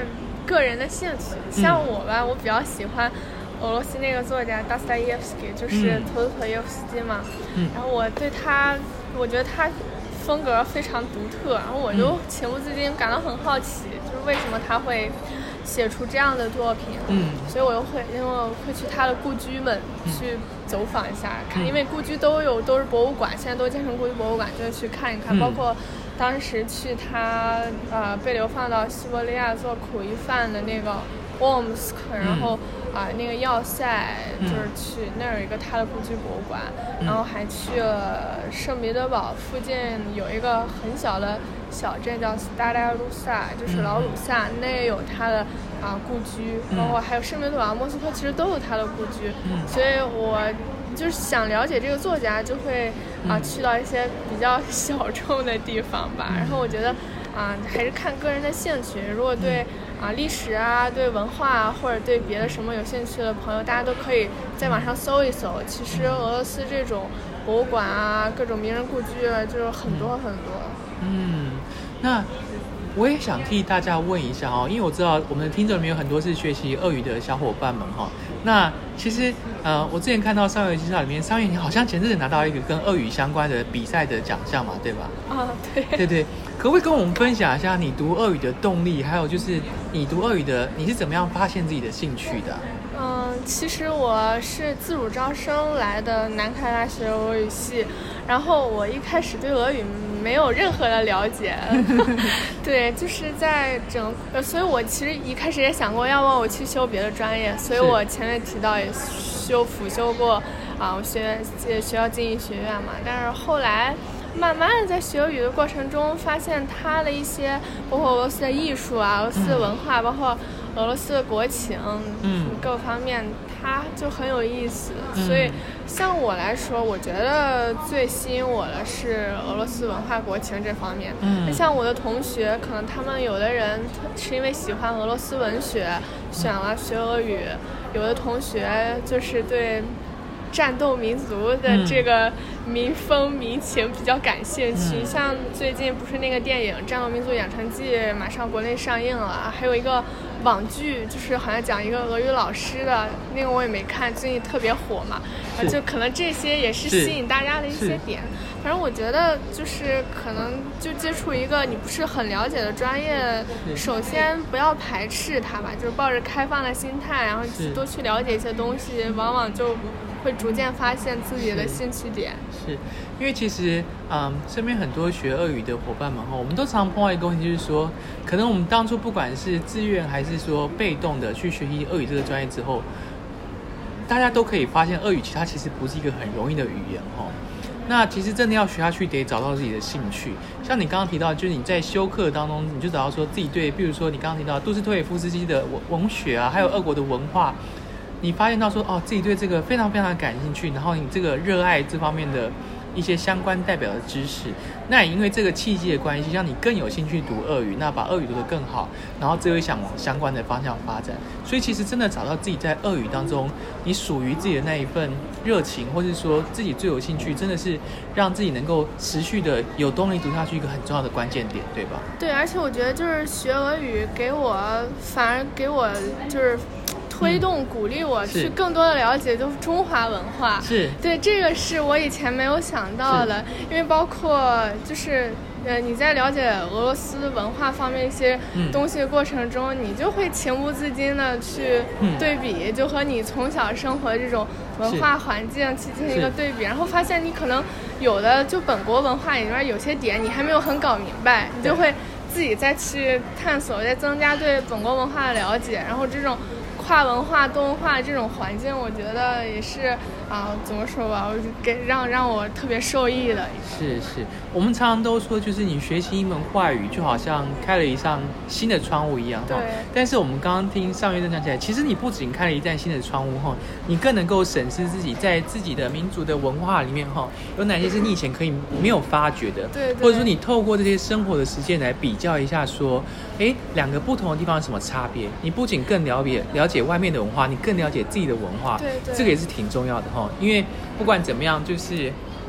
S2: 个人的兴趣。像我吧，我比较喜欢俄罗斯那个作家 Dostoevsky， 就是陀思妥耶夫斯基嘛。然后我对他，我觉得他风格非常独特，然后我就情不自禁感到很好奇，就是为什么他会写出这样的作品。所以我因为我会去他的故居们去走访一下看，因为故居都是博物馆，现在都建成故居博物馆，就去看一看。包括当时去他被流放到西伯利亚做苦役犯的那个沃姆斯克，然后那个要塞，就是去那儿有一个他的故居博物馆，然后还去了圣彼得堡附近有一个很小的小镇叫斯达列鲁萨，就是老鲁萨，那也有他的故居，包括还有圣彼得堡、莫斯科其实都有他的故居。所以我就是想了解这个作家，就会去到一些比较小众的地方吧。然后我觉得还是看个人的兴趣，如果对历史对文化或者对别的什么有兴趣的朋友，大家都可以在网上搜一搜。其实俄罗斯这种博物馆各种名人故居就是很多很多。
S1: 那我也想替大家问一下因为我知道我们的听众里面有很多是学习俄语的小伙伴们那其实我之前看到上月介绍里面，上月你好像前阵子拿到一个跟俄语相关的比赛的奖项嘛，对吧？对，可不可以跟我们分享一下你读俄语的动力，还有就是你读俄语的你是怎么样发现自己的兴趣的？
S2: 其实我是自主招生来的南开大学俄语系，然后我一开始对俄语没有任何的了解，对，就是在所以我其实一开始也想过要不我去修别的专业，所以我前面提到也辅修过我学校经济学院嘛，但是后来慢慢的在学俄语的过程中，发现它的一些包括俄罗斯的艺术俄罗斯的文化，包括俄罗斯的国情，各方面它就很有意思。所以像我来说，我觉得最吸引我的是俄罗斯文化国情这方面。像我的同学，可能他们有的人是因为喜欢俄罗斯文学选了学俄语，有的同学就是对战斗民族的这个民风民情比较感兴趣。像最近不是那个电影《战斗民族养成记》马上国内上映了，还有一个网剧，就是好像讲一个俄语老师的，那个我也没看，最近特别火嘛，就可能这些也是吸引大家的一些点。反正我觉得就是可能就接触一个你不是很了解的专业，首先不要排斥它吧，就是抱着开放的心态，然后多去了解一些东西，往往就会逐渐发现自己的兴趣点。
S1: 是因为其实身边很多学俄语的伙伴们我们都常碰到一个问题，就是说可能我们当初不管是自愿还是说被动的去学习俄语这个专业之后，大家都可以发现俄语它其实不是一个很容易的语言那其实真的要学下去，得找到自己的兴趣。像你刚刚提到，就是你在修课当中，你就找到说自己对，比如说你刚刚提到杜斯托耶夫斯基的文学还有俄国的文化，你发现到说自己对这个非常非常感兴趣，然后你这个热爱这方面的一些相关代表的知识，那也因为这个契机的关系，让你更有兴趣读俄语，那把俄语读得更好，然后这会想往相关的方向发展。所以其实真的找到自己在俄语当中你属于自己的那一份热情，或是说自己最有兴趣，真的是让自己能够持续的有动力读下去一个很重要的关键点，对吧？
S2: 对，而且我觉得就是学俄语反而给我就是推动鼓励我去更多的了解就是中华文化。
S1: 是，
S2: 对，这个是我以前没有想到的，因为包括就是你在了解俄罗斯文化方面一些东西的过程中，你就会情不自禁的去对比，就和你从小生活的这种文化环境去进行一个对比，然后发现你可能有的就本国文化里面有些点你还没有很搞明白，你就会自己再去探索，再增加对本国文化的了解，然后这种跨文化多文化这种环境，我觉得也是怎么说吧，让我特别受益的。
S1: 是，我们常常都说，就是你学习一门外语，就好像开了一扇新的窗户一样。
S2: 对。
S1: 但是我们刚刚听上月正讲起来，其实你不仅开了一扇新的窗户你更能够审视自己在自己的民族的文化里面有哪些是你以前可以没有发觉的。
S2: 对。
S1: 或者说你透过这些生活的实践来比较一下，说，两个不同的地方有什么差别？你不仅更了解外面的文化，你更了解自己的文化。
S2: 对。
S1: 这个也是挺重要的因为不管怎么样，就是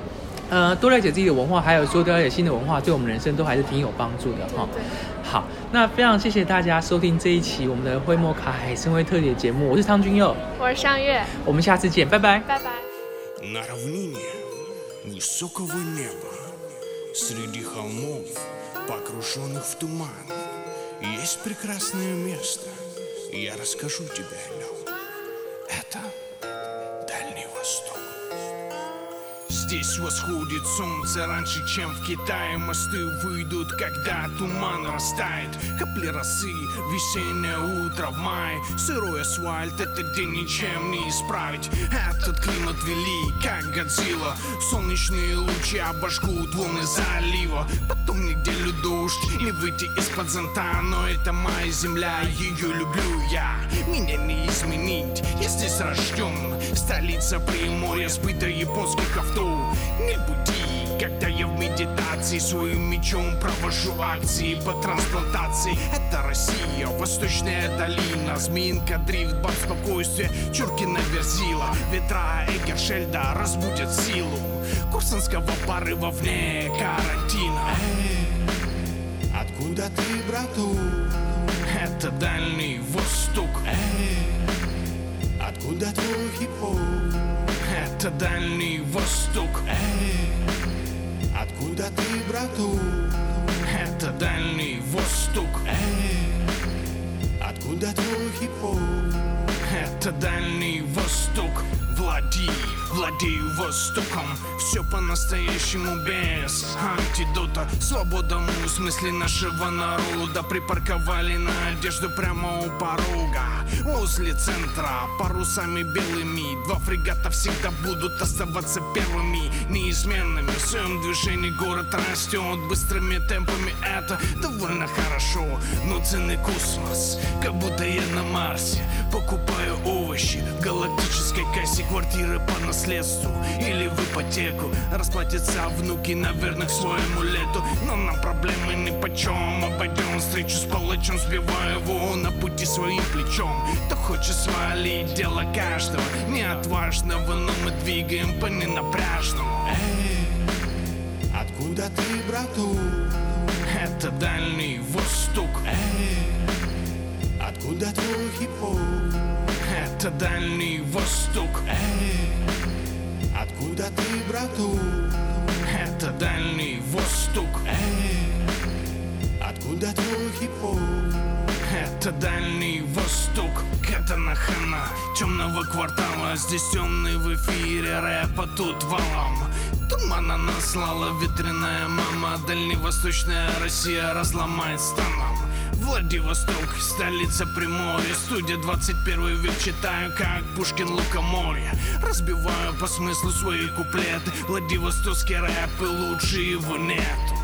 S1: 多了解自己的文化，还有说多了解新的文化，对我们人生都还是挺有帮助的哈。
S2: 对，
S1: 好，那非常谢谢大家收听这一期我们的灰摩卡海参崴特别节目，我是汤君佑，
S2: 我是上月，
S1: 我们下次见，拜拜。
S2: 拜拜。
S5: На равнине высокого неба, среди холмов, погруженных в туман, есть прекрасное место. Я расскажу тебе о нем. Это Дальний Восток. Здесь восходит солнце раньше, чем в Китае. Мосты выйдут, когда туман растает. Капли росы, весеннее утро в мае. Сырой асфальт, этот день ничем не исправить. Этот климат велик, как Годзилла. Солнечные лучи обожгут волны залива. Потом неделю дождь, не выйти из-под зонта. Но это моя земля, ее люблю я. Меня не изменить, я здесь рожден. Столица Приморья, сбыта японских авто. Не буди, когда я в медитации своим мечом провожу акции по трансплантации. Это Россия, восточная долина, Змеинка, дрифт, баб, спокойствие, Чуркина, Верзила. Ветра Эгершельда разбудят силу курсантского порыва вне карантина. Откуда ты, брату? Это Дальний Восток. Откуда твой хип-хоп? Это Дальний Восток. Откуда ты, брату? Это Дальний Восток. Откуда твой хип-хоп? Это Дальний Восток. Владею Востоком. Все по-настоящему без антидота. Свобода в смысле нашего народа. Припарковали надежду прямо у порога. Возле центра парусами белыми. Два фрегата всегда будут оставаться первыми, неизменными. В своем движении город растет быстрыми темпами. Это довольно хорошо, но ценный космос, как будто я на Марсе. Покупаю овощи в галактической кассе. Квартиры по наследству или в ипотеку. Расплатятся внуки, наверное, к своему лету. Но нам проблемы нипочем. Обойдем встречу с палачом, сбивая его на пути своим плечом. Кто хочет свалить, дело каждого. Не отважного, но мы двигаем по ненапряжному. Откуда ты, брату? Это Дальний Восток. Откуда твой хип-хоп? Это Дальний Восток. Откуда ты, брату? Это Дальний Восток. Откуда твой хип-хоп? Это Дальний Восток. Катана хана темного квартала. Здесь темный в эфире, рэпа тут валом. Тумана наслала ветряная мама. Дальневосточная Россия разломает станом. Владивосток, столица Приморья. Студия 21 век, читаю как Пушкин Лукоморье. Разбиваю по смыслу свои куплеты. Владивостокский рэп, и лучше его нету.